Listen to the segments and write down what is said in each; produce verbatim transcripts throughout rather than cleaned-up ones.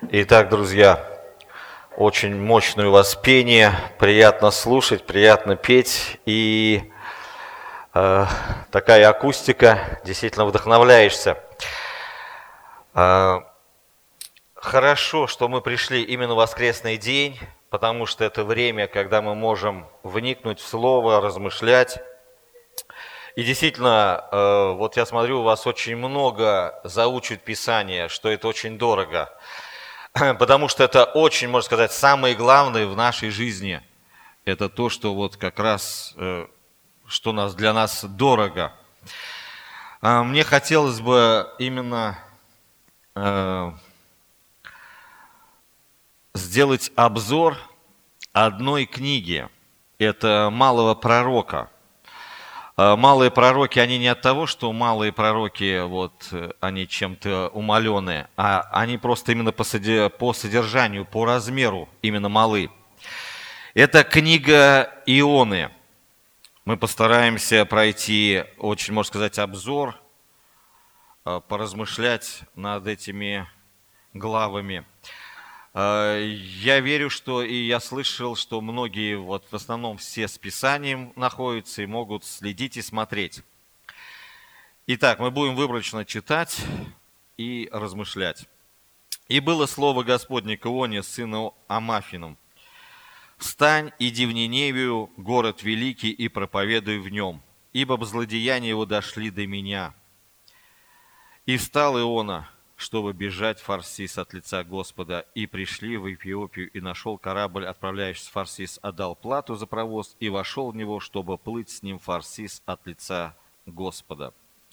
Итак, друзья, очень мощное у вас пение, приятно слушать, приятно петь, и э, такая акустика, действительно вдохновляешься. Э, хорошо, что мы пришли именно в воскресный день, потому что это время, когда мы можем вникнуть в Слово, размышлять. И действительно, э, вот я смотрю, у вас очень много заучивают Писание, что это очень дорого. Потому что это очень, можно сказать, самое главное в нашей жизни. Это то, что вот как раз, э, что нас, для нас дорого. А мне хотелось бы именно э, сделать обзор одной книги. Это «Малого пророка». Малые пророки, они не от того, что малые пророки, вот, они чем-то умаленные, а они просто именно по содержанию, по размеру именно малы. Это книга Ионы. Мы постараемся пройти, очень, можно сказать, обзор, поразмышлять над этими главами. Я верю, что и я слышал, что многие, вот в основном все с Писанием находятся и могут следить и смотреть. Итак, мы будем выборочно читать и размышлять. «И было слово Господне к Ионе, сыну Амафину: встань, иди в Ниневию, город великий, и проповедуй в нем, ибо злодеяния его дошли до меня. И встал Иона, чтобы бежать в Фарсис от лица Господа, и пришли в Эфиопию, и нашел корабль, отправляющийся в Фарсис, отдал плату за провоз, и вошел в него, чтобы плыть с ним в Фарсис от лица Господа».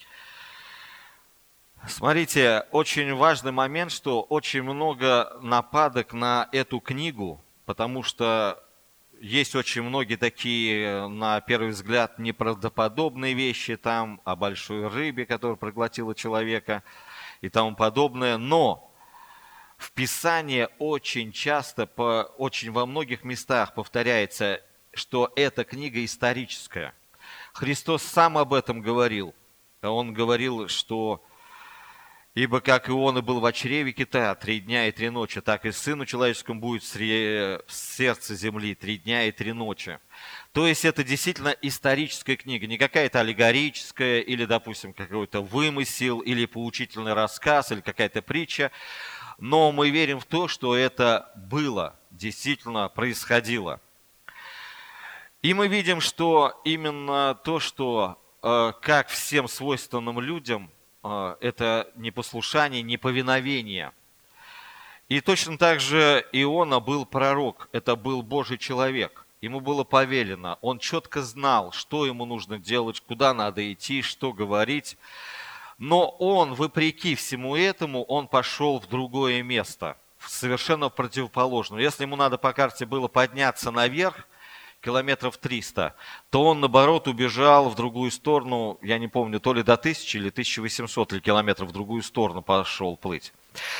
Смотрите, очень важный момент, что очень много нападок на эту книгу, потому что есть очень многие такие, на первый взгляд, неправдоподобные вещи там о большой рыбе, которая проглотила человека, и тому подобное, но в Писании очень часто, по, очень во многих местах повторяется, что эта книга историческая. Христос сам об этом говорил. Он говорил, что «Ибо как Иона был в чреве кита три дня и три ночи, так и Сыну Человеческому будет в сердце земли три дня и три ночи». То есть это действительно историческая книга, не какая-то аллегорическая или, допустим, какой-то вымысел или поучительный рассказ или какая-то притча, но мы верим в то, что это было, действительно происходило. И мы видим, что именно то, что как всем свойственным людям, это непослушание, неповиновение. И точно так же Иона был пророк, это был Божий человек. Ему было повелено, он четко знал, что ему нужно делать, куда надо идти, что говорить. Но он, вопреки всему этому, он пошел в другое место, совершенно противоположное. Если ему надо по карте было подняться наверх, километров триста, то он, наоборот, убежал в другую сторону, я не помню, то ли до тысячи или тысяча восемьсот километров в другую сторону пошел плыть.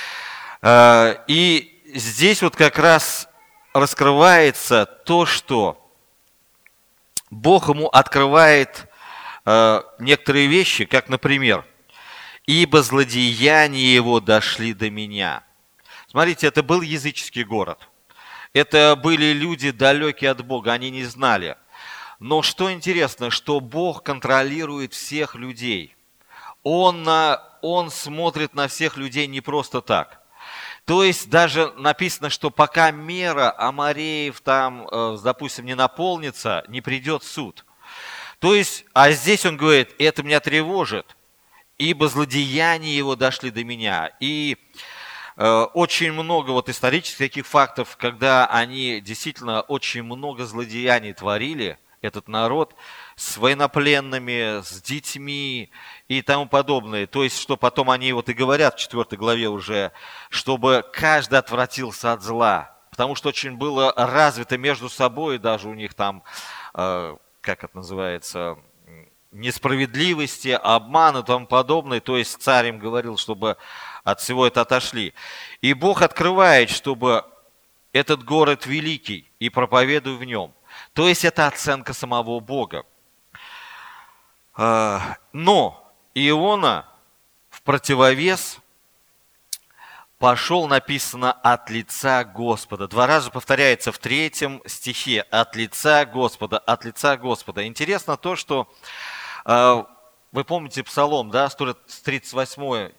И здесь вот как раз раскрывается то, что Бог ему открывает э, некоторые вещи, как, например, «Ибо злодеяния его дошли до меня». Смотрите, это был языческий город. Это были люди, далекие от Бога, они не знали. Но что интересно, что Бог контролирует всех людей. Он, он смотрит на всех людей не просто так. То есть даже написано, что пока мера Амореев там, допустим, не наполнится, не придет суд. То есть, а здесь он говорит, это меня тревожит, ибо злодеяния его дошли до меня. И э, очень много вот исторических таких фактов, когда они действительно очень много злодеяний творили, этот народ, с военнопленными, с детьми и тому подобное. То есть, что потом они вот и говорят в четвёртой главе уже, чтобы каждый отвратился от зла. Потому что очень было развито между собой, даже у них там, э, как это называется, несправедливости, обман и тому подобное. То есть, царь им говорил, чтобы от всего это отошли. И Бог открывает, чтобы этот город великий, и проповедуй в нем. То есть это оценка самого Бога. Но Иона в противовес Пошел, написано, от лица Господа. Два раза повторяется в третьем стихе. От лица Господа, от лица Господа. Интересно то, что э, вы помните Псалом, да, сто тридцать восьмой.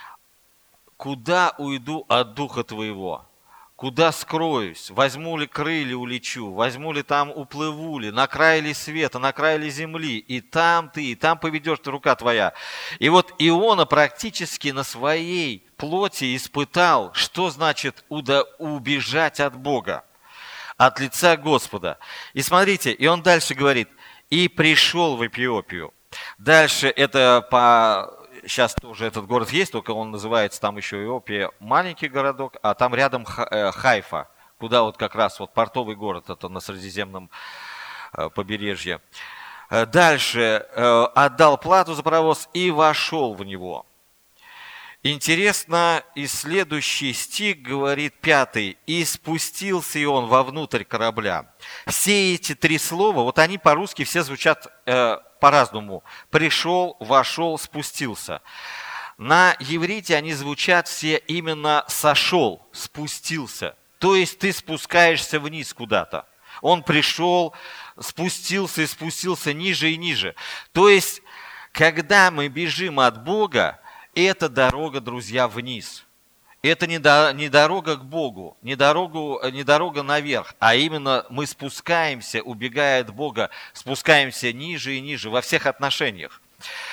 «Куда уйду от Духа Твоего? Куда скроюсь? Возьму ли крылья, улечу? Возьму ли там, уплыву ли? На край ли света, на край ли земли? И там ты, и там поведешь ты, рука твоя». И вот Иона практически на своей плоти испытал, что значит убежать от Бога, от лица Господа. И смотрите, и он дальше говорит, «И пришел в Эфиопию». Дальше это по... Сейчас тоже этот город есть, только он называется там еще Иопия, маленький городок, а там рядом Хайфа, куда вот как раз вот портовый город, это на Средиземном побережье. Дальше отдал плату за провоз и вошел в него. Интересно, и следующий стих говорит, пятый, «И спустился и он вовнутрь корабля». Все эти три слова, вот они по-русски все звучат э, по-разному. Пришел, вошел, спустился. На иврите они звучат все именно «сошел», «спустился». То есть ты спускаешься вниз куда-то. Он пришел, спустился и спустился ниже и ниже. То есть, когда мы бежим от Бога, это дорога, друзья, вниз. Это не, до, не дорога к Богу, не, дорогу, не дорога наверх, а именно мы спускаемся, убегая от Бога, спускаемся ниже и ниже во всех отношениях.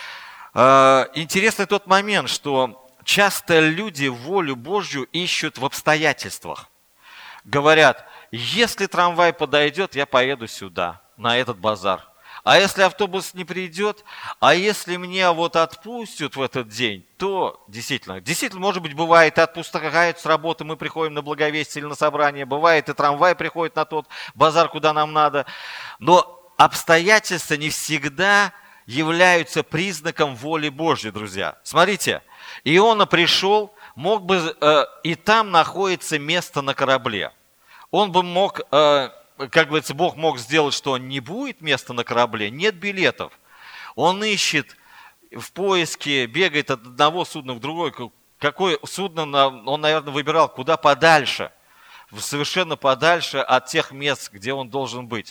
Интересный тот момент, что часто люди волю Божью ищут в обстоятельствах. Говорят, если трамвай подойдет, я поеду сюда, на этот базар. А если автобус не придет, а если меня вот отпустят в этот день, то действительно, действительно, может быть, бывает, и отпускают с работы, мы приходим на благовестие или на собрание, бывает, и трамвай приходит на тот базар, куда нам надо. Но обстоятельства не всегда являются признаком воли Божьей, друзья. Смотрите, Иона пришел, мог бы, э, и там находится место на корабле. Он бы мог... Э, Как говорится, Бог мог сделать, что не будет места на корабле, нет билетов. Он ищет в поиске, бегает от одного судна в другое. Какое судно он, наверное, выбирал, куда подальше, совершенно подальше от тех мест, где он должен быть.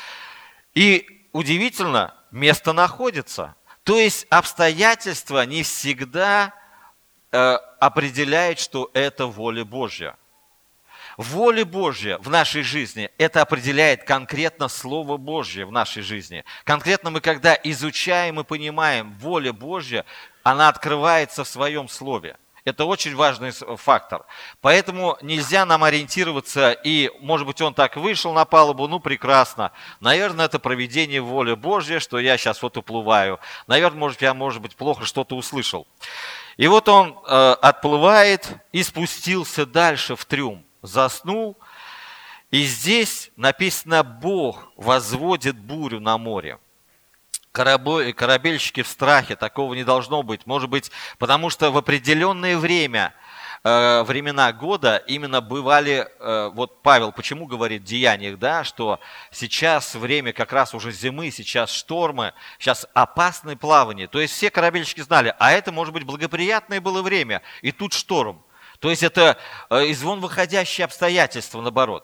И удивительно, место находится. То есть обстоятельства не всегда э, определяют, что это воля Божья. Воля Божья в нашей жизни, это определяет конкретно Слово Божье в нашей жизни. Конкретно мы, когда изучаем и понимаем, воля Божья, она открывается в Своем Слове. Это очень важный фактор. Поэтому нельзя нам ориентироваться, и, может быть, он так вышел на палубу, ну, прекрасно. Наверное, это провидение воли Божьей, что я сейчас вот уплываю. Наверное, может, я, может быть, плохо что-то услышал. И вот он э, отплывает и спустился дальше в трюм. Заснул, и здесь написано, Бог возводит бурю на море. Корабельщики в страхе, такого не должно быть. Может быть, потому что в определенное время, э, времена года именно бывали, э, вот Павел почему говорит в Деяниях, да, что сейчас время как раз уже зимы, сейчас штормы, сейчас опасное плавание. То есть все корабельщики знали, а это может быть благоприятное было время, и тут шторм. То есть это из вон выходящие обстоятельства, наоборот.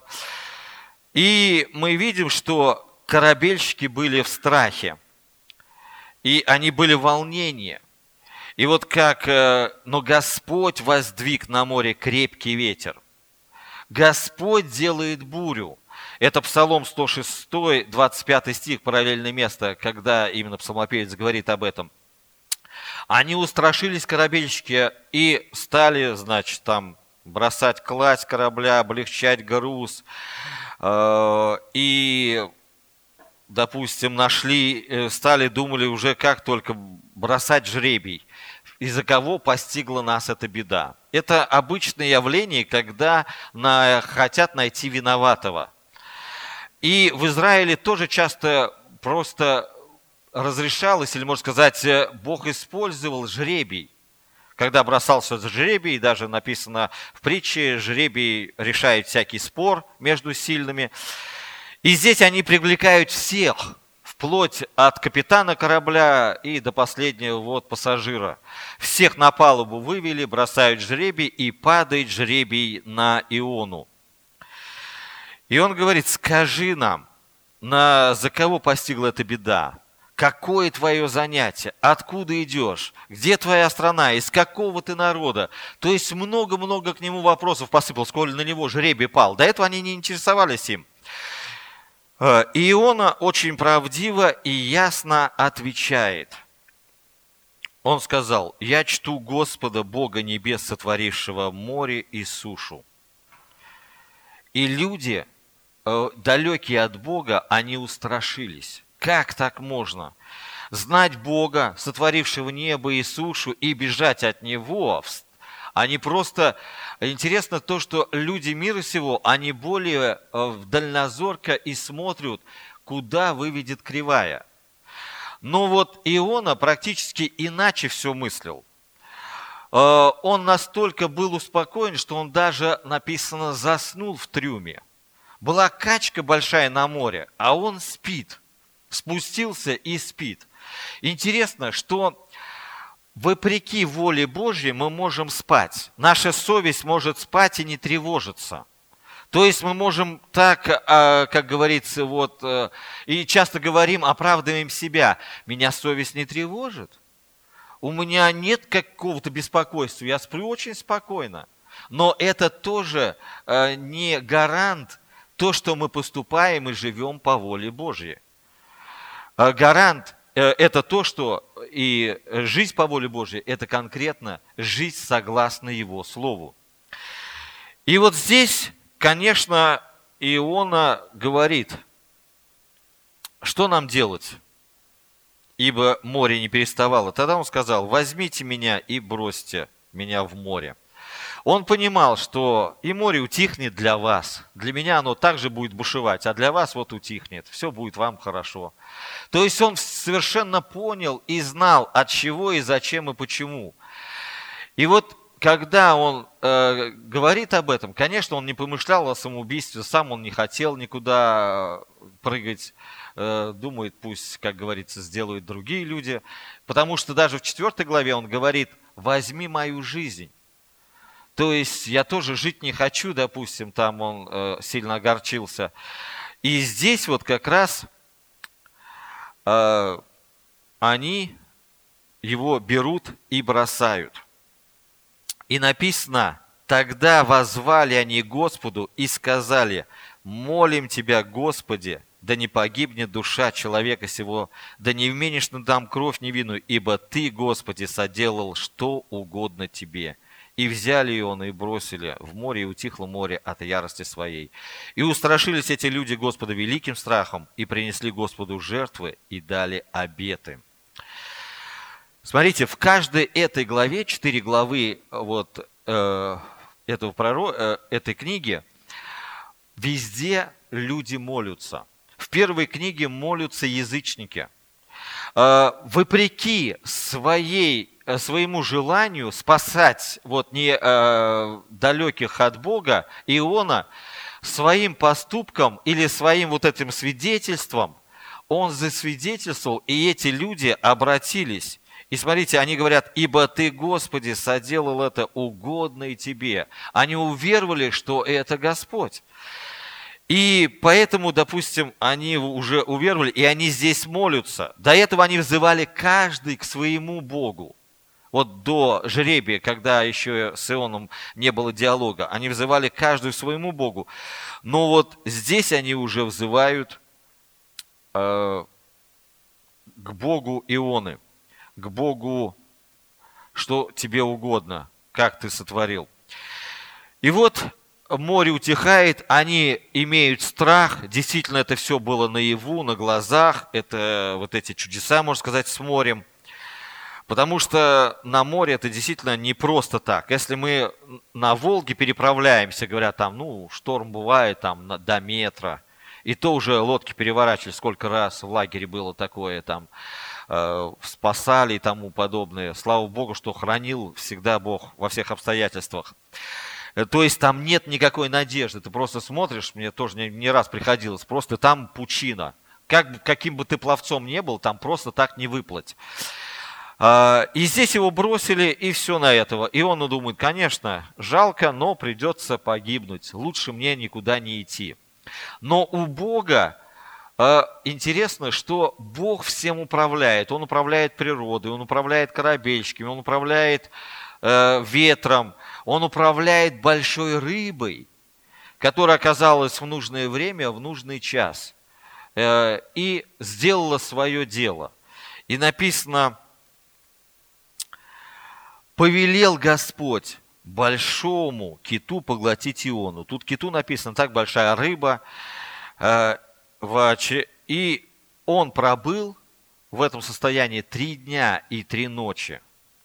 И мы видим, что корабельщики были в страхе. И они были в волнении. И вот как, но Господь воздвиг на море крепкий ветер. Господь делает бурю. Это Псалом сто шесть, двадцать пятый стих, параллельное место, когда именно псалмопевец говорит об этом. Они устрашились, корабельщики, и стали, значит, там бросать кладь корабля, облегчать груз. И, допустим, нашли, стали, думали уже, как только бросать жребий. Из-за кого постигла нас эта беда. Это обычное явление, когда на, хотят найти виноватого. И в Израиле тоже часто просто... разрешалось, или, можно сказать, Бог использовал жребий. Когда бросался жребий, даже написано в притче, жребий решает всякий спор между сильными. И здесь они привлекают всех в вплоть от капитана корабля и до последнего вот пассажира. Всех на палубу вывели, бросают жребий, и падает жребий на Иону. И он говорит: скажи нам, на, за кого постигла эта беда? Какое твое занятие? Откуда идешь? Где твоя страна? Из какого ты народа? То есть много-много к нему вопросов посыпал, сколь на него жребий пал. До этого они не интересовались им. И Иона очень правдиво и ясно отвечает. Он сказал: «Я чту Господа, Бога небес, сотворившего море и сушу». И люди, далекие от Бога, они устрашились. Как так можно? Знать Бога, сотворившего небо и сушу, и бежать от Него. Они просто... Интересно то, что люди мира сего, они более дальнозорко и смотрят, куда выведет кривая. Но вот Иона практически иначе все мыслил. Он настолько был успокоен, что он даже, написано, заснул в трюме. Была качка большая на море, а он спит. Спустился и спит. Интересно, что вопреки воле Божьей мы можем спать. Наша совесть может спать и не тревожиться. То есть мы можем так, как говорится, вот, и часто говорим, оправдываем себя. Меня совесть не тревожит. У меня нет какого-то беспокойства. Я сплю очень спокойно. Но это тоже не гарант то, что мы поступаем и живем по воле Божьей. Гарант – это то, что и жизнь по воле Божьей – это конкретно жизнь согласно Его Слову. И вот здесь, конечно, Иона говорит, что нам делать, ибо море не переставало. Тогда он сказал: возьмите меня и бросьте меня в море. Он понимал, что и море утихнет для вас. Для меня оно также будет бушевать, а для вас вот утихнет. Все будет вам хорошо. То есть он совершенно понял и знал, от чего и зачем и почему. И вот когда он э, говорит об этом, конечно, он не помышлял о самоубийстве, сам он не хотел никуда прыгать. Э, думает, пусть, как говорится, сделают другие люди. Потому что даже в четвёртой главе он говорит: возьми мою жизнь. То есть я тоже жить не хочу, допустим, там он э, сильно огорчился. И здесь вот как раз э, они его берут и бросают. И написано: тогда воззвали они Господу и сказали: молим Тебя, Господи, да не погибнет душа человека сего, да не вменишь на нам кровь невинную, ибо Ты, Господи, соделал что угодно Тебе. И взяли Иону и бросили в море, и утихло море от ярости своей. И устрашились эти люди Господа великим страхом, и принесли Господу жертвы, и дали обеты. Смотрите, в каждой этой главе, четыре главы вот, э, этого проро, э, этой книги, везде люди молятся. В первой книге молятся язычники. Э, вопреки своей своему желанию спасать вот не э, далеких от Бога, Иона своим поступком или своим вот этим свидетельством, он засвидетельствовал, и эти люди обратились. И смотрите, они говорят: ибо Ты, Господи, соделал это угодно и Тебе. Они уверовали, что это Господь. И поэтому, допустим, они уже уверовали, и они здесь молятся. До этого они взывали каждый к своему Богу. Вот до жребия, когда еще с Ионом не было диалога, они взывали каждый к своему Богу. Но вот здесь они уже взывают э, к Богу Ионы, к Богу, что тебе угодно, как ты сотворил. И вот море утихает, они имеют страх, действительно это все было наяву, на глазах, это вот эти чудеса, можно сказать, с морем. Потому что на море это действительно не просто так. Если мы на Волге переправляемся, говорят, там, ну, шторм бывает там до метра, и то уже лодки переворачивали, сколько раз в лагере было такое, там, э, спасали и тому подобное. Слава Богу, что хранил всегда Бог во всех обстоятельствах. То есть там нет никакой надежды. Ты просто смотришь, мне тоже не, не раз приходилось, просто там пучина. как, каким бы ты пловцом ни был, там просто так не выплыть. И здесь его бросили, и все на этого. И он думает, конечно, жалко, но придется погибнуть. Лучше мне никуда не идти. Но у Бога интересно, что Бог всем управляет. Он управляет природой, Он управляет корабельщиками, Он управляет ветром, Он управляет большой рыбой, которая оказалась в нужное время, в нужный час. И сделала свое дело. И написано, повелел Господь большому киту поглотить Иону. Тут киту написано, так большая рыба. И он пробыл в этом состоянии три дня и три ночи.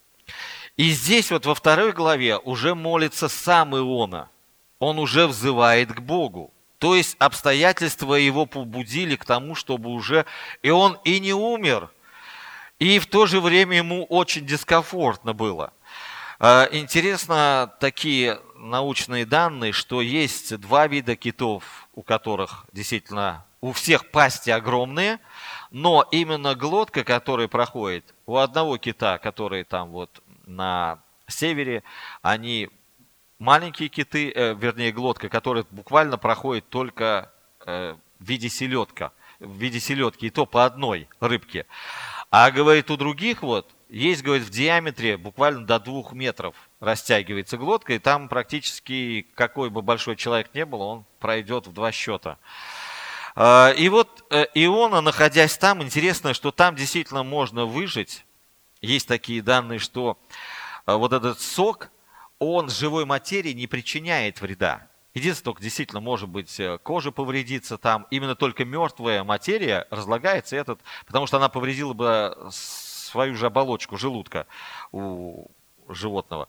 И здесь вот во второй главе уже молится сам Иона. Он уже взывает к Богу. То есть обстоятельства его побудили к тому, чтобы уже... И он и не умер, и в то же время ему очень дискомфортно было. Интересно такие научные данные, что есть два вида китов, у которых действительно у всех пасти огромные, но именно глотка, которая проходит, у одного кита, который там вот на севере, они маленькие киты, э, вернее глотка, которая буквально проходит только э, в виде селедка, в виде селедки, и то по одной рыбке. А говорит, у других вот есть, говорит, в диаметре буквально до двух метров растягивается глотка, и там практически какой бы большой человек не был, он пройдет в два счета. И вот Иона, находясь там, интересно, что там действительно можно выжить. Есть такие данные, что вот этот сок, он живой материи не причиняет вреда. Единственное, только действительно, может быть, кожа повредится там. Именно только мертвая материя разлагается, этот, потому что она повредила бы свою же оболочку желудка у животного.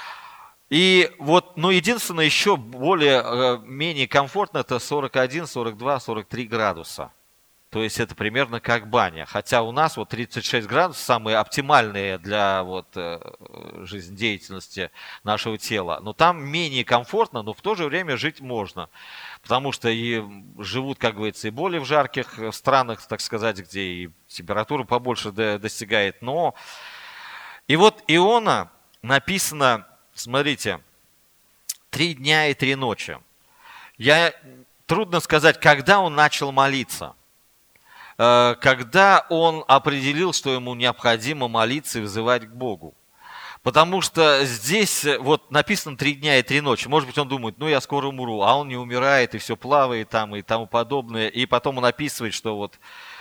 И вот, ну, единственное, еще более, менее комфортно, это сорок один, сорок два, сорок три градуса. То есть это примерно как баня. Хотя у нас вот тридцать шесть градусов самые оптимальные для вот жизнедеятельности нашего тела. Но там менее комфортно, но в то же время жить можно. Потому что и живут, как говорится, и более в жарких странах, так сказать, где и температура побольше достигает. Но и вот Иона написано, смотрите, три дня и три ночи. Я, трудно сказать, когда он начал молиться. Когда он определил, что ему необходимо молиться и взывать к Богу. Потому что здесь вот написано три дня и три ночи. Может быть, он думает, ну я скоро умру, а он не умирает, и все плавает там и тому подобное. И потом он описывает, что вот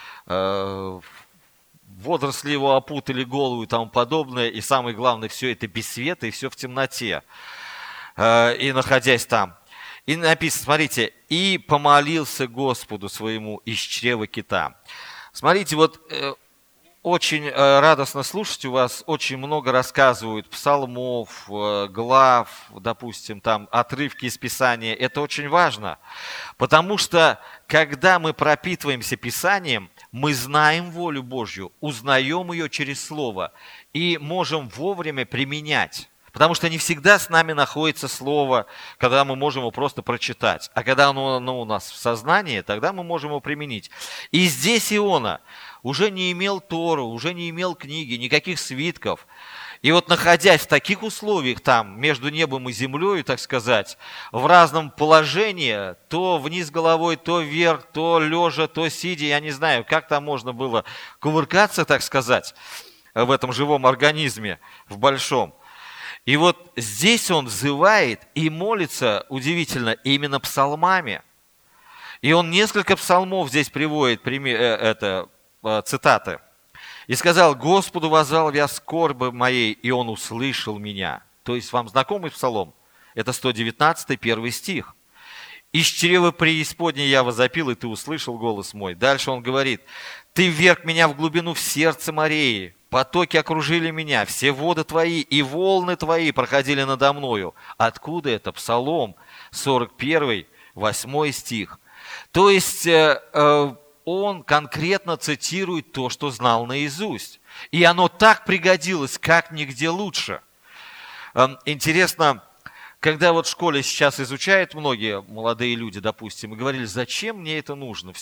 э, водоросли его опутали голову и тому подобное. И самое главное, все это без света и все в темноте. Э, и находясь там. И написано, смотрите, и помолился Господу своему из чрева кита. Смотрите, вот э, очень э, радостно слушать, у вас очень много рассказывают псалмов, э, глав, допустим, там отрывки из Писания. Это очень важно, потому что когда мы пропитываемся Писанием, мы знаем волю Божью, узнаем ее через Слово и можем вовремя применять. Потому что не всегда с нами находится слово, когда мы можем его просто прочитать. А когда оно, оно у нас в сознании, тогда мы можем его применить. И здесь Иона уже не имел Тору, уже не имел книги, никаких свитков. И вот находясь в таких условиях там, между небом и землей, так сказать, в разном положении, то вниз головой, то вверх, то лежа, то сидя, я не знаю, как там можно было кувыркаться, так сказать, в этом живом организме, в большом. И вот здесь он взывает и молится, удивительно, именно псалмами. И он несколько псалмов здесь приводит, это, цитаты. «И сказал, Господу воззвал я скорби моей, и он услышал меня». То есть вам знакомый псалом? Это сто девятнадцатый, первый стих. «Из чрева преисподней я возопил, и ты услышал голос мой». Дальше он говорит, «Ты вверг меня в глубину в сердце морей, потоки окружили меня, все воды твои и волны твои проходили надо мною». Откуда это? Псалом сорок первый, восьмой стих. То есть э, э, он конкретно цитирует то, что знал наизусть. И оно так пригодилось, как нигде лучше. Э, интересно, когда вот в школе сейчас изучают многие молодые люди, допустим, и говорили, зачем мне это нужно все?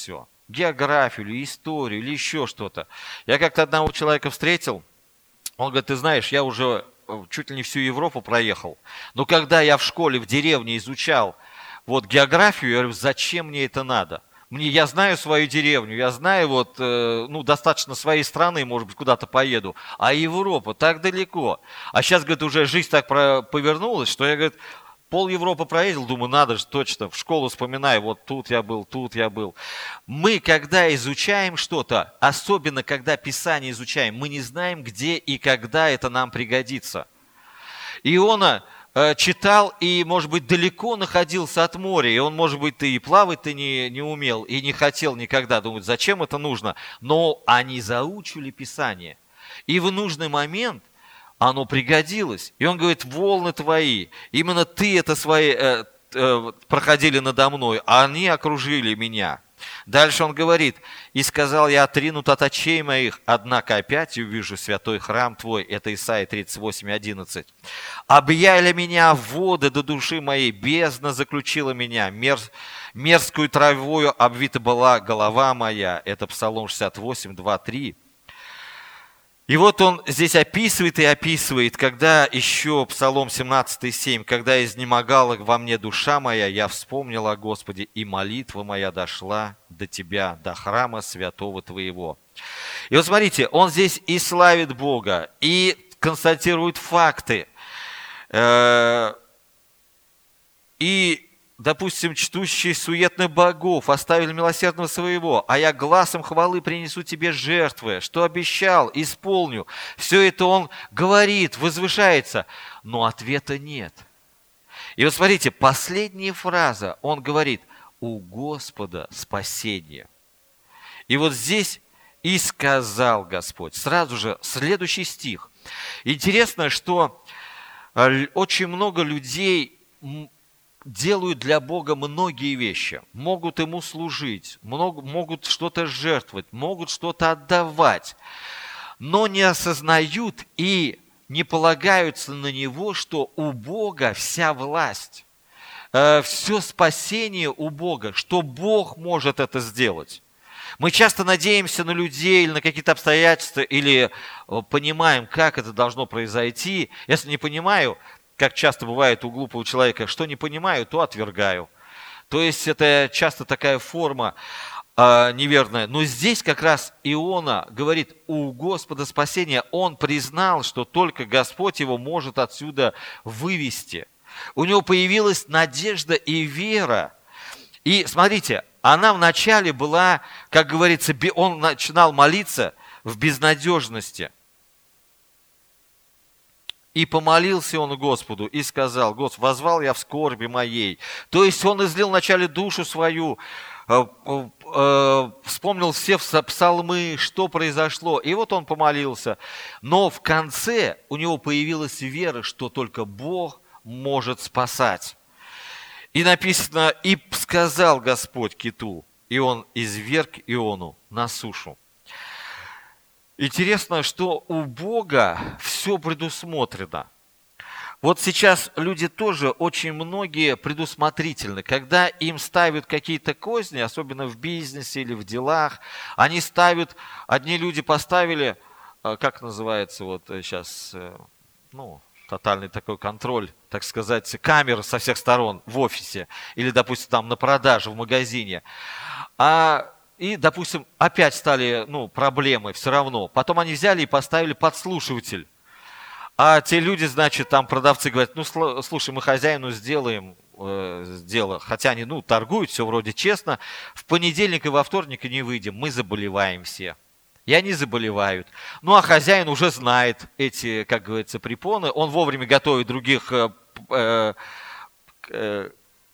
географию или историю или еще что-то. Я как-то одного человека встретил, он говорит, ты знаешь, я уже чуть ли не всю Европу проехал, но когда я в школе, в деревне изучал вот географию, я говорю, зачем мне это надо? Мне, я знаю свою деревню, я знаю вот, э, ну, достаточно своей страны, может быть, куда-то поеду, а Европа так далеко. А сейчас, говорит, уже жизнь так про, повернулась, что я, говорит, пол Европы проездил, думаю, надо же, точно, в школу вспоминаю, вот тут я был, тут я был. Мы, когда изучаем что-то, особенно когда Писание изучаем, мы не знаем, где и когда это нам пригодится. Иона читал и, может быть, далеко находился от моря, и он, может быть, и плавать-то не, не умел, и не хотел никогда, думать, зачем это нужно, но они заучили Писание, и в нужный момент оно пригодилось, и он говорит, волны твои, именно ты это свои э, э, проходили надо мной, а они окружили меня. Дальше он говорит, и сказал я, отринут от очей моих, однако опять увижу святой храм твой, это Исайя тридцать восемь, одиннадцать. Объяли меня воды до души моей, бездна заключила меня, мер, мерзкую травою обвита была голова моя, это Псалом шестьдесят восемь, два, три. И вот он здесь описывает и описывает, когда еще Псалом семнадцать, семь, когда изнемогала во мне душа моя, я вспомнил о Господе, и молитва моя дошла до Тебя, до храма святого Твоего. И вот смотрите, он здесь и славит Бога, и констатирует факты, и допустим, чтущие суетных богов оставили милосердного своего, а я гласом хвалы принесу тебе жертвы, что обещал, исполню. Все это он говорит, возвышается, но ответа нет. И вот смотрите, последняя фраза, он говорит, у Господа спасение. И вот здесь и сказал Господь. Сразу же следующий стих. Интересно, что очень много людей делают для Бога многие вещи, могут Ему служить, могут что-то жертвовать, могут что-то отдавать, но не осознают и не полагаются на Него, что у Бога вся власть, все спасение у Бога, что Бог может это сделать. Мы часто надеемся на людей или на какие-то обстоятельства, или понимаем, как это должно произойти. Если не понимаю, как часто бывает у глупого человека, что не понимаю, то отвергаю. То есть это часто такая форма э, неверная. Но здесь как раз Иона говорит, у Господа спасение, он признал, что только Господь его может отсюда вывести. У него появилась надежда и вера. И смотрите, она вначале была, как говорится, он начинал молиться в безнадежности. И помолился он Господу и сказал, Господь, воззвал я в скорби моей. То есть он излил вначале душу свою, вспомнил все псалмы, что произошло. И вот он помолился. Но в конце у него появилась вера, что только Бог может спасать. И написано, и сказал Господь киту, и он изверг Иону на сушу. Интересно, что у Бога все предусмотрено. Вот сейчас люди тоже, очень многие предусмотрительны. Когда им ставят какие-то козни, особенно в бизнесе или в делах, они ставят, одни люди поставили, как называется вот сейчас, ну, тотальный такой контроль, так сказать, камер со всех сторон в офисе или, допустим, там на продаже в магазине. А И, допустим, опять стали ну, проблемы все равно. Потом они взяли и поставили подслушиватель. А те люди, значит, там продавцы говорят, ну, слушай, мы хозяину сделаем э, дело. Хотя они, ну, торгуют, все вроде честно. В понедельник и во вторник не выйдем, мы заболеваем все. И они заболевают. Ну, а хозяин уже знает эти, как говорится, препоны. Он вовремя готовит других э, э, э,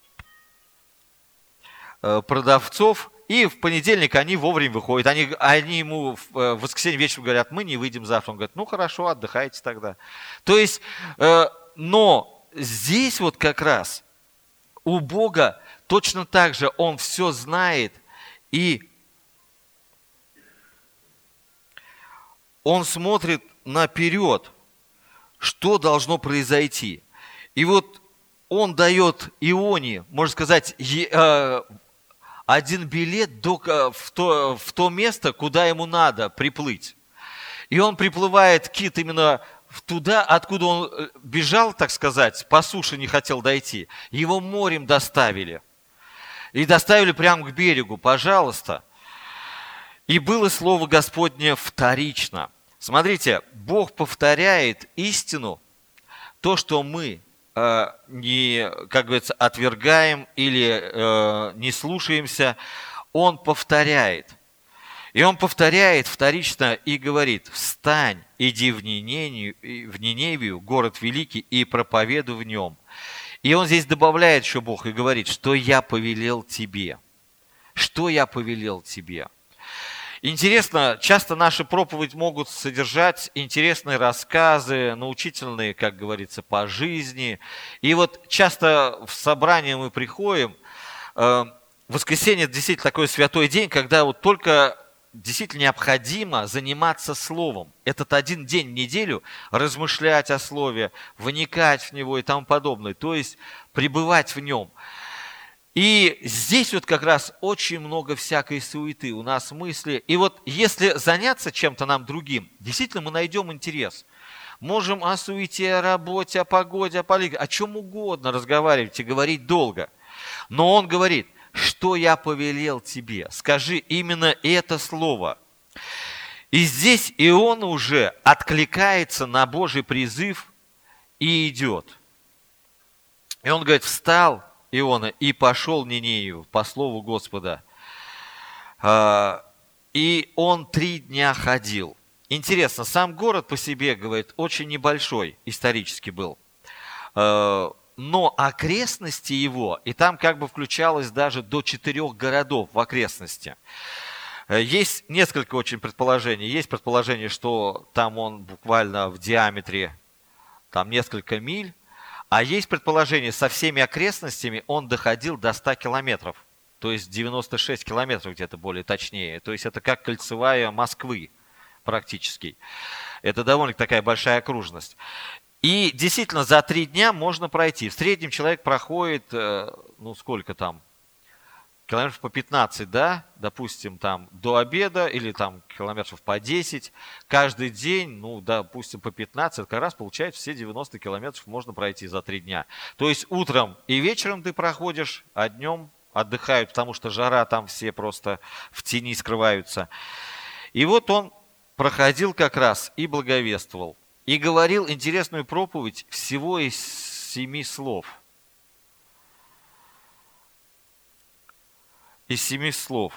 продавцов. И в понедельник они вовремя выходят. Они, они ему в воскресенье вечером говорят, мы не выйдем завтра. Он говорит, ну хорошо, отдыхайте тогда. То есть, э, но здесь вот как раз у Бога точно так же Он все знает. И Он смотрит наперед, что должно произойти. И вот Он дает Ионе, можно сказать, э, один билет до, в, то, в то место, куда ему надо приплыть. И он приплывает, кит, именно туда, откуда он бежал, так сказать, по суше не хотел дойти. Его морем доставили. И доставили прямо к берегу, пожалуйста. И было слово Господне вторично. Смотрите, Бог повторяет истину, то, что мы э, не, как говорится, отвергаем или э, не слушаемся, Он повторяет. И Он повторяет вторично и говорит: «Встань, иди в Ниневию, в Ниневию, город великий, и проповедуй в нем». И Он здесь добавляет еще Бог и говорит: «Что я повелел тебе». Что я повелел тебе. Интересно, часто наши проповеди могут содержать интересные рассказы, научительные, как говорится, по жизни. И вот часто в собрание мы приходим, воскресенье действительно такой святой день, когда вот только действительно необходимо заниматься Словом. Этот один день в неделю размышлять о Слове, вникать в него и тому подобное, то есть пребывать в нем. И здесь вот как раз очень много всякой суеты, у нас мысли. И вот если заняться чем-то нам другим, действительно мы найдем интерес. Можем о суете, о работе, о погоде, о политике, о чем угодно разговаривать и говорить долго. Но он говорит: что я повелел тебе, скажи именно это слово. И здесь Иона уже откликается на Божий призыв и идет. И он говорит: встал Иона и пошел в Ниневию по слову Господа. И он три дня ходил. Интересно, сам город по себе, говорит, очень небольшой исторически был. Но окрестности его, и там как бы включалось даже до четырех городов в окрестности. Есть несколько очень предположений. Есть предположение, что там он буквально в диаметре там несколько миль. А есть предположение, со всеми окрестностями он доходил до ста километров. То есть девяносто шесть километров где-то более точнее. То есть это как кольцевая Москвы практически. Это довольно такая большая окружность. И действительно, за три дня можно пройти. В среднем человек проходит, ну сколько там, километров по пятнадцать, да, допустим, там до обеда, или там километров по десять. Каждый день, ну, допустим, по пятнадцать, как раз получается все девяносто километров можно пройти за три дня. То есть утром и вечером ты проходишь, а днем отдыхают, потому что жара, там все просто в тени скрываются. И вот он проходил как раз и благовествовал. И говорил интересную проповедь всего из семи слов. Из семи слов.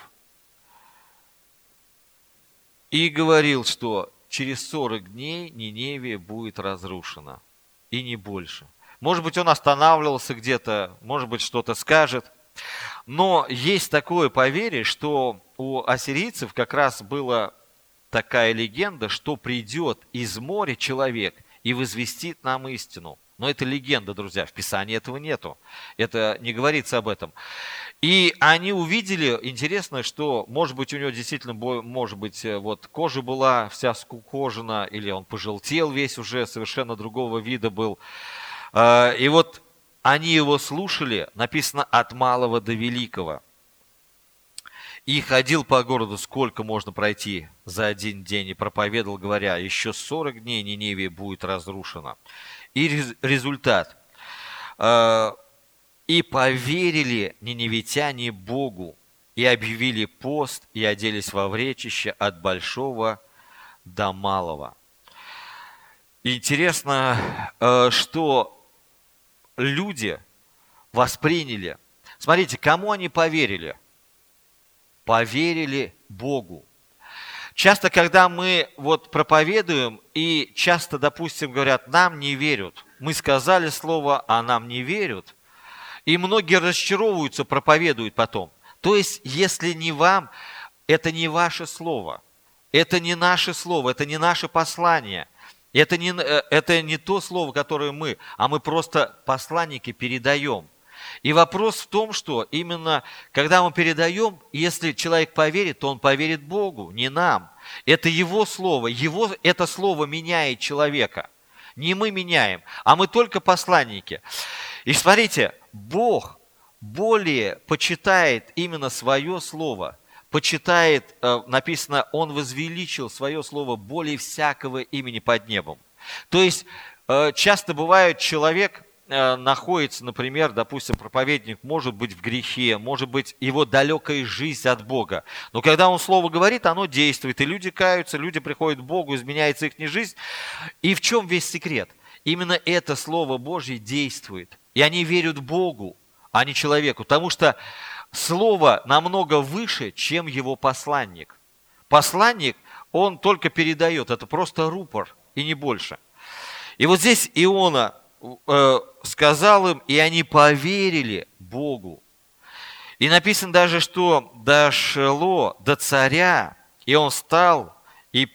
И говорил, что через сорок дней Ниневия будет разрушена. И не больше. Может быть, он останавливался где-то, может быть, что-то скажет. Но есть такое поверье, что у ассирийцев как раз была такая легенда, что придет из моря человек и возвестит нам истину. Но это легенда, друзья, в Писании этого нету. Это не говорится об этом. И они увидели, интересно, что, может быть, у него действительно, может быть, вот кожа была вся скукожена, или он пожелтел весь уже, совершенно другого вида был. И вот они его слушали, написано, от малого до великого. И ходил по городу, сколько можно пройти за один день, и проповедовал, говоря: еще сорок дней Ниневия будет разрушена. И результат. И поверили ниневитяне Богу, и объявили пост, и оделись во вречище от большого до малого. Интересно, что люди восприняли. Смотрите, кому они поверили? Поверили Богу. Часто, когда мы вот проповедуем, и часто, допустим, говорят: нам не верят. Мы сказали слово, а нам не верят. И многие разочаровываются, проповедуют потом. То есть, если не вам, это не ваше слово. Это не наше слово, это не наше послание. Это не, это не то слово, которое мы, а мы просто посланники передаем. И вопрос в том, что именно когда мы передаем, если человек поверит, то он поверит Богу, не нам. Это его слово, его, это слово меняет человека. Не мы меняем, а мы только посланники. И смотрите, Бог, более почитает именно свое слово, почитает, написано, он возвеличил свое слово более всякого имени под небом. То есть часто бывает, человек находится, например, допустим, проповедник может быть в грехе, может быть его далекая жизнь от Бога. Но когда он слово говорит, оно действует, и люди каются, люди приходят к Богу, изменяется их жизнь. И в чем весь секрет? Именно это Слово Божье действует. И они верят Богу, а не человеку. Потому что Слово намного выше, чем его посланник. Посланник, он только передает, это просто рупор, и не больше. И вот здесь Иона э, сказал им, и они поверили Богу. И написано даже, что дошло до царя, и он встал, и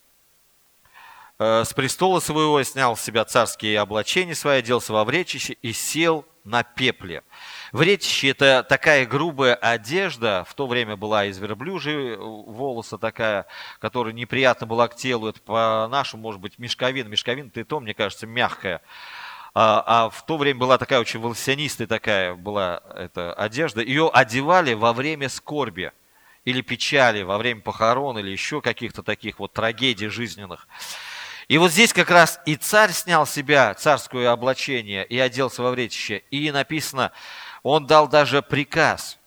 э, с престола своего снял с себя царские облачения свои, оделся во вречище и сел на пепле. Вречище – это такая грубая одежда, в то время была из верблюжьей волоса такая, которая неприятна была к телу, это по-нашему, может быть, мешковина. Мешковина-то и то, мне кажется, мягкая. А, а в то время была такая очень волосянистая такая была эта одежда. Ее одевали во время скорби или печали, во время похорон или еще каких-то таких вот трагедий жизненных. И вот здесь как раз и царь снял с себя царское облачение и оделся во вречище. И написано, он дал даже приказ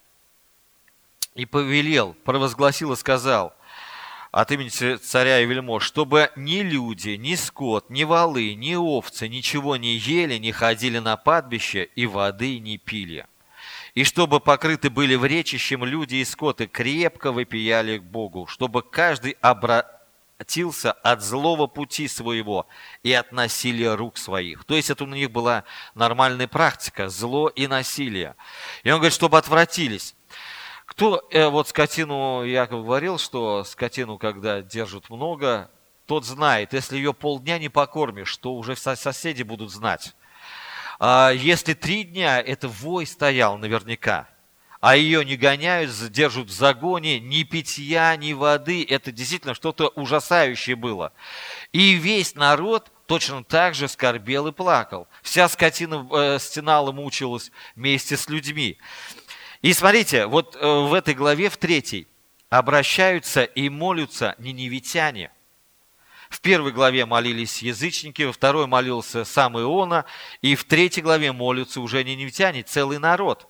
и повелел, провозгласил и сказал от имени царя и вельмож, чтобы ни люди, ни скот, ни волы, ни овцы ничего не ели, не ходили на падбище и воды не пили. И чтобы покрыты были вречищем люди и скоты, крепко выпияли к Богу, чтобы каждый обратился от злого пути своего и от насилия рук своих. То есть это у них была нормальная практика, зло и насилие. И он говорит, чтобы отвратились. Кто, э, вот скотину, я говорил, что скотину, когда держат много, тот знает, если ее полдня не покормишь, то уже соседи будут знать. А если три дня, это вой стоял наверняка. А ее не гоняют, держат в загоне, ни питья, ни воды. Это действительно что-то ужасающее было. И весь народ точно так же скорбел и плакал. Вся скотина э, стенала, мучилась вместе с людьми. И смотрите, вот э, в этой главе, в третьей, обращаются и молятся ниневитяне. В первой главе молились язычники, во второй молился сам Иона, и в третьей главе молятся уже ниневитяне, целый народ.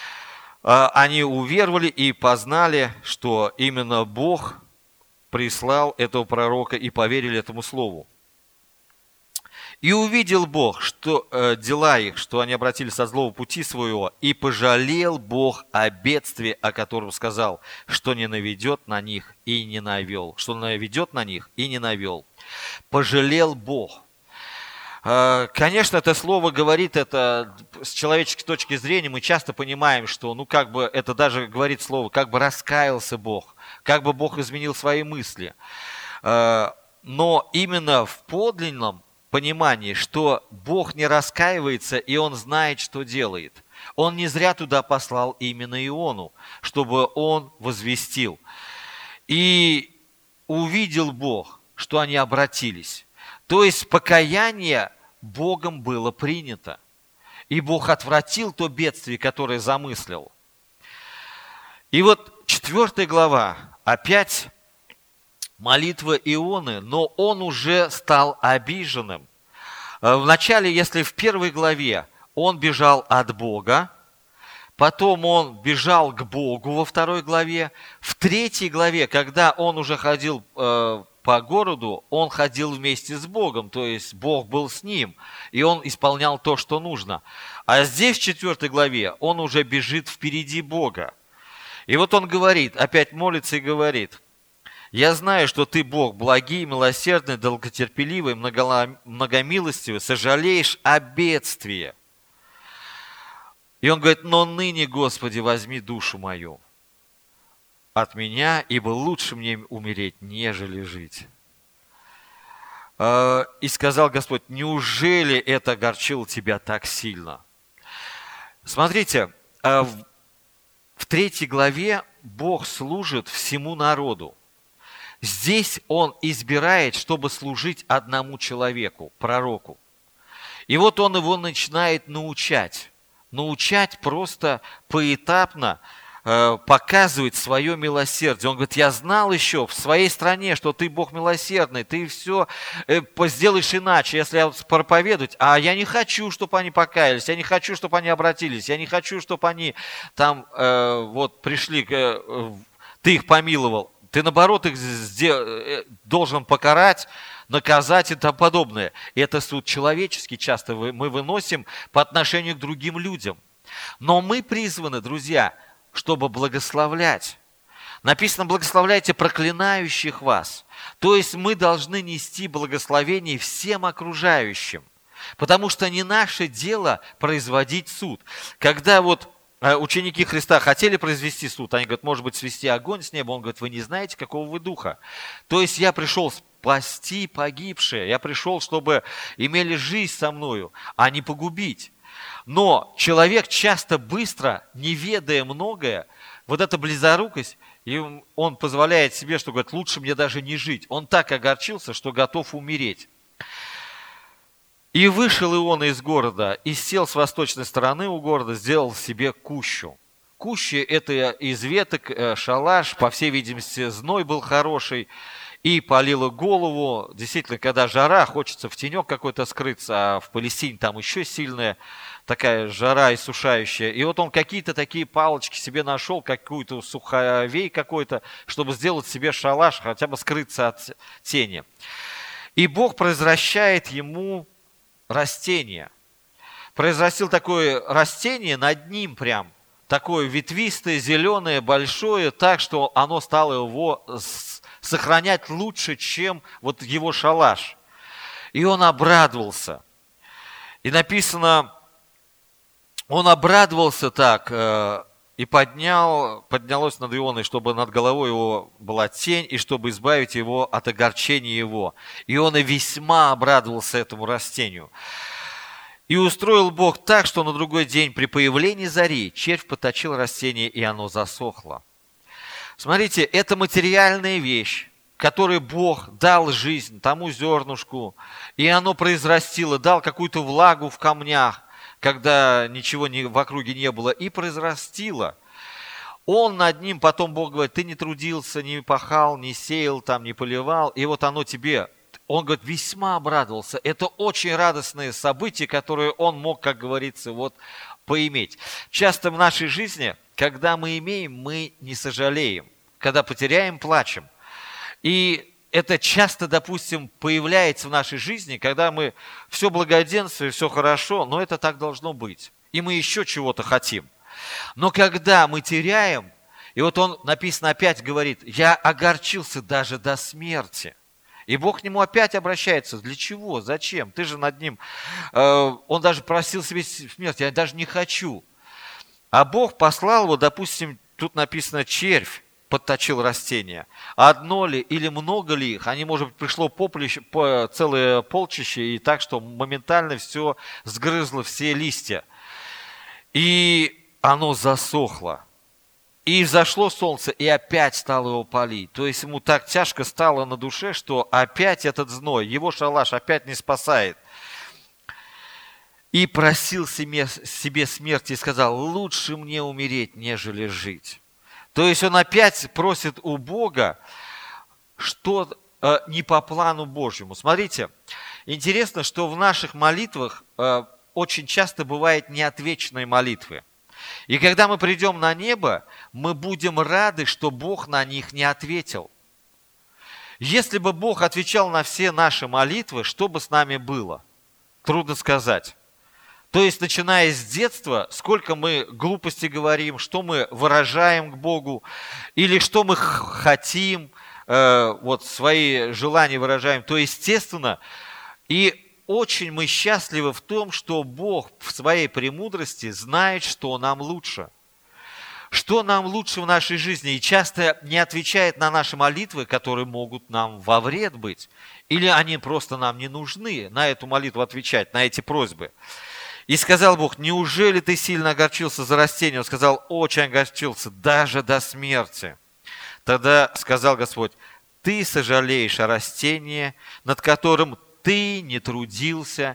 Они уверовали и познали, что именно Бог прислал этого пророка, и поверили этому слову. И увидел Бог, что э, дела их, что они обратились от злого пути своего, и пожалел Бог о бедствии, о котором сказал, что не наведет на них и не навел. Что наведет на них и не навел. Пожалел Бог. Конечно, это слово говорит, это с человеческой точки зрения, мы часто понимаем, что, ну, как бы, это даже говорит слово, как бы раскаялся Бог, как бы Бог изменил свои мысли. Но именно в подлинном понимании, что Бог не раскаивается, и Он знает, что делает. Он не зря туда послал именно Иону, чтобы он возвестил. И увидел Бог, что они обратились. То есть покаяние Богом было принято. И Бог отвратил то бедствие, которое замыслил. И вот четвертая глава, опять молитва Ионы, но он уже стал обиженным. Вначале, если в первой главе он бежал от Бога, потом он бежал к Богу во второй главе, в третьей главе, когда он уже ходил э, по городу, он ходил вместе с Богом, то есть Бог был с ним, и он исполнял то, что нужно. А здесь, в четвертой главе, он уже бежит впереди Бога. И вот он говорит, опять молится и говорит, «Я знаю, что ты Бог благий, милосердный, долготерпеливый, многомилостивый, сожалеешь о бедствии». И он говорит, «Но ныне, Господи, возьми душу мою от меня, ибо лучше мне умереть, нежели жить». И сказал Господь, неужели это огорчило тебя так сильно? Смотрите, в третьей главе Бог служит всему народу. Здесь Он избирает, чтобы служить одному человеку, пророку. И вот Он его начинает научать. научать просто поэтапно э, показывать свое милосердие. Он говорит, я знал еще в своей стране, что ты Бог милосердный, ты все э, сделаешь иначе, если я вот проповедовать, а я не хочу, чтобы они покаялись, я не хочу, чтобы они обратились, я не хочу, чтобы они там э, вот пришли, э, ты их помиловал. Ты, наоборот, их должен покарать, наказать и тому подобное. И это суд человеческий часто мы выносим по отношению к другим людям. Но мы призваны, друзья, чтобы благословлять. Написано, благословляйте проклинающих вас. То есть мы должны нести благословение всем окружающим. Потому что не наше дело производить суд. Когда вот ученики Христа хотели произвести суд, они говорят, может быть, свести огонь с неба. Он говорит, вы не знаете, какого вы духа. То есть я пришел спасти погибшие, я пришел, чтобы имели жизнь со мною, а не погубить. Но человек часто быстро, не ведая многое, вот эта близорукость, и он позволяет себе, что говорит, лучше мне даже не жить. Он так огорчился, что готов умереть. И вышел Иона из города, и сел с восточной стороны у города, сделал себе кущу. Кущи – это из веток, шалаш, по всей видимости, зной был хороший, и палило голову. Действительно, когда жара, хочется в тенек какой-то скрыться, а в Палестине там еще сильная такая жара иссушающая. И вот он какие-то такие палочки себе нашел, какую-то суховей какой-то, чтобы сделать себе шалаш, хотя бы скрыться от тени. И Бог произвращает ему растение. Произрастил такое растение над ним прям, такое ветвистое, зеленое, большое, так, что оно стало его сохранять лучше, чем вот его шалаш. И он обрадовался. И написано, он обрадовался так, и поднял, поднялось над Ионой, чтобы над головой его была тень, и чтобы избавить его от огорчения его. Иона весьма обрадовался этому растению. И устроил Бог так, что на другой день при появлении зари червь поточил растение, и оно засохло. Смотрите, это материальная вещь, которой Бог дал жизнь тому зернышку, и оно произрастило, дал какую-то влагу в камнях, когда ничего не, в округе не было, и произрастило. Он над ним, потом Бог говорит, ты не трудился, не пахал, не сеял, там, не поливал, и вот оно тебе, он говорит, весьма обрадовался. Это очень радостные события, которые он мог, как говорится, вот поиметь. Часто в нашей жизни, когда мы имеем, мы не сожалеем. Когда потеряем, плачем. И это часто, допустим, появляется в нашей жизни, когда мы все благоденствие, все хорошо, но это так должно быть. И мы еще чего-то хотим. Но когда мы теряем, и вот он, написано, опять говорит, я огорчился даже до смерти. И Бог к нему опять обращается. Для чего? Зачем? Ты же над ним... Э, он даже просил себе смерти. Я даже не хочу. А Бог послал его, допустим, тут написано червь. Подточил растения. Одно ли или много ли их, они, может быть, пришло поплище, по, целое полчище, и так, что моментально все сгрызло, все листья. И оно засохло. И взошло солнце, и опять стало его палить. То есть ему так тяжко стало на душе, что опять этот зной, его шалаш опять не спасает. И просил себе, себе смерти и сказал, лучше мне умереть, нежели жить. То есть он опять просит у Бога, что э, не по плану Божьему. Смотрите, интересно, что в наших молитвах э, очень часто бывают неотвеченные молитвы. И когда мы придем на небо, мы будем рады, что Бог на них не ответил. Если бы Бог отвечал на все наши молитвы, что бы с нами было? Трудно сказать. То есть, начиная с детства, сколько мы глупостей говорим, что мы выражаем к Богу, или что мы хотим, э, вот свои желания выражаем, то естественно, и очень мы счастливы в том, что Бог в своей премудрости знает, что нам лучше. Что нам лучше в нашей жизни, и часто не отвечает на наши молитвы, которые могут нам во вред быть, или они просто нам не нужны, на эту молитву отвечать, на эти просьбы. И сказал Бог, неужели ты сильно огорчился за растение? Он сказал, очень огорчился, даже до смерти. Тогда сказал Господь, ты сожалеешь о растении, над которым ты не трудился,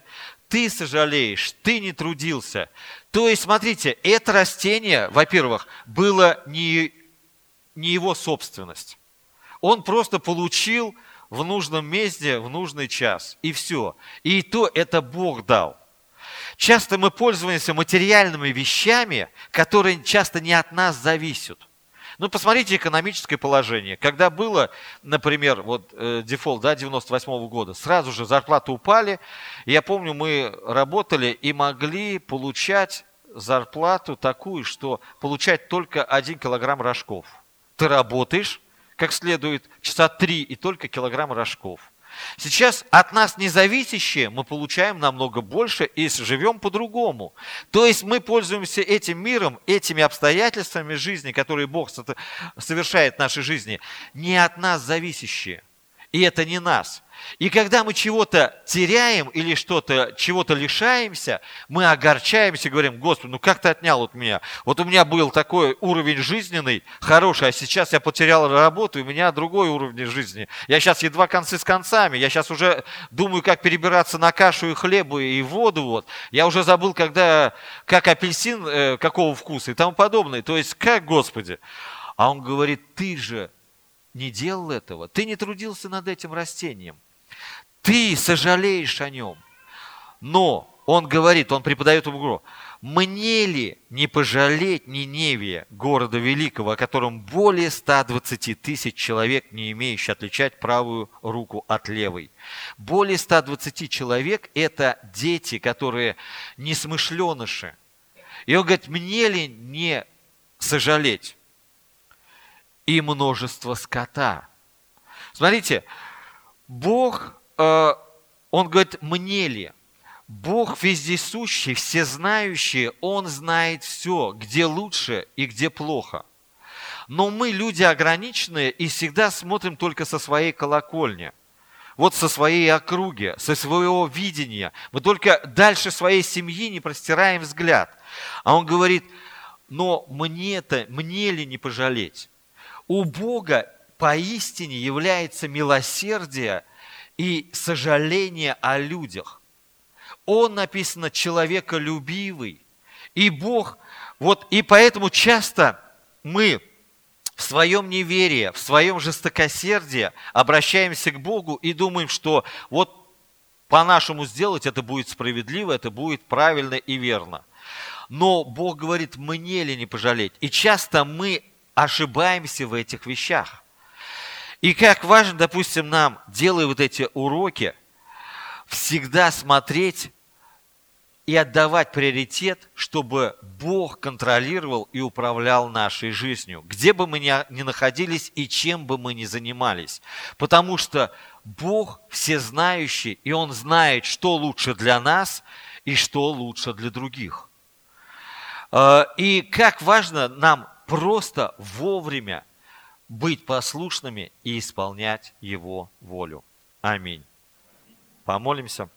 ты сожалеешь, ты не трудился. То есть, смотрите, это растение, во-первых, было не, не его собственность. Он просто получил в нужном месте, в нужный час. И все. И то это Бог дал. Часто мы пользуемся материальными вещами, которые часто не от нас зависят. Ну, посмотрите экономическое положение. Когда было, например, вот э, дефолт, да, девяносто восьмого года, сразу же зарплаты упали. Я помню, мы работали и могли получать зарплату такую, что получать только один килограмм рожков. Ты работаешь как следует часа три и только килограмм рожков. Сейчас от нас независящее мы получаем намного больше и живем по-другому. То есть мы пользуемся этим миром, этими обстоятельствами жизни, которые Бог совершает в нашей жизни, не от нас зависящие. И это не нас. И когда мы чего-то теряем или что-то, чего-то лишаемся, мы огорчаемся и говорим: Господи, ну как ты отнял от меня? Вот у меня был такой уровень жизненный хороший, а сейчас я потерял работу, и у меня другой уровень жизни. Я сейчас едва концы с концами, я сейчас уже думаю, как перебираться на кашу и хлеб и воду. Вот. Я уже забыл, когда, как апельсин, э, какого вкуса и тому подобное. То есть, как, Господи? А он говорит: ты же не делал этого, ты не трудился над этим растением. Ты сожалеешь о нем. Но он говорит, он преподает ему говорю: мне ли не пожалеть Ниневия, города великого, о котором более ста двадцати тысяч человек, не имеющих отличать правую руку от левой. Более ста двадцати человек – это дети, которые несмышленыши. И он говорит: мне ли не сожалеть? И множество скота. Смотрите, Бог, э, Он говорит: мне ли? Бог вездесущий, всезнающий, Он знает все, где лучше и где плохо. Но мы, люди ограниченные, и всегда смотрим только со своей колокольни. Вот со своей округи, со своего видения. Мы только дальше своей семьи не простираем взгляд. А Он говорит: но мне-то, мне ли не пожалеть? У Бога поистине является милосердие и сожаление о людях. Он, написано, человеколюбивый. И Бог, вот и поэтому часто мы в своем неверии, в своем жестокосердии обращаемся к Богу и думаем, что вот по-нашему сделать это будет справедливо, это будет правильно и верно. Но Бог говорит: мне ли не пожалеть? И часто мы ошибаемся в этих вещах. И как важно, допустим, нам, делая вот эти уроки, всегда смотреть и отдавать приоритет, чтобы Бог контролировал и управлял нашей жизнью, где бы мы ни находились и чем бы мы ни занимались. Потому что Бог всезнающий, и Он знает, что лучше для нас и что лучше для других. И как важно нам просто вовремя быть послушными и исполнять Его волю. Аминь. Помолимся.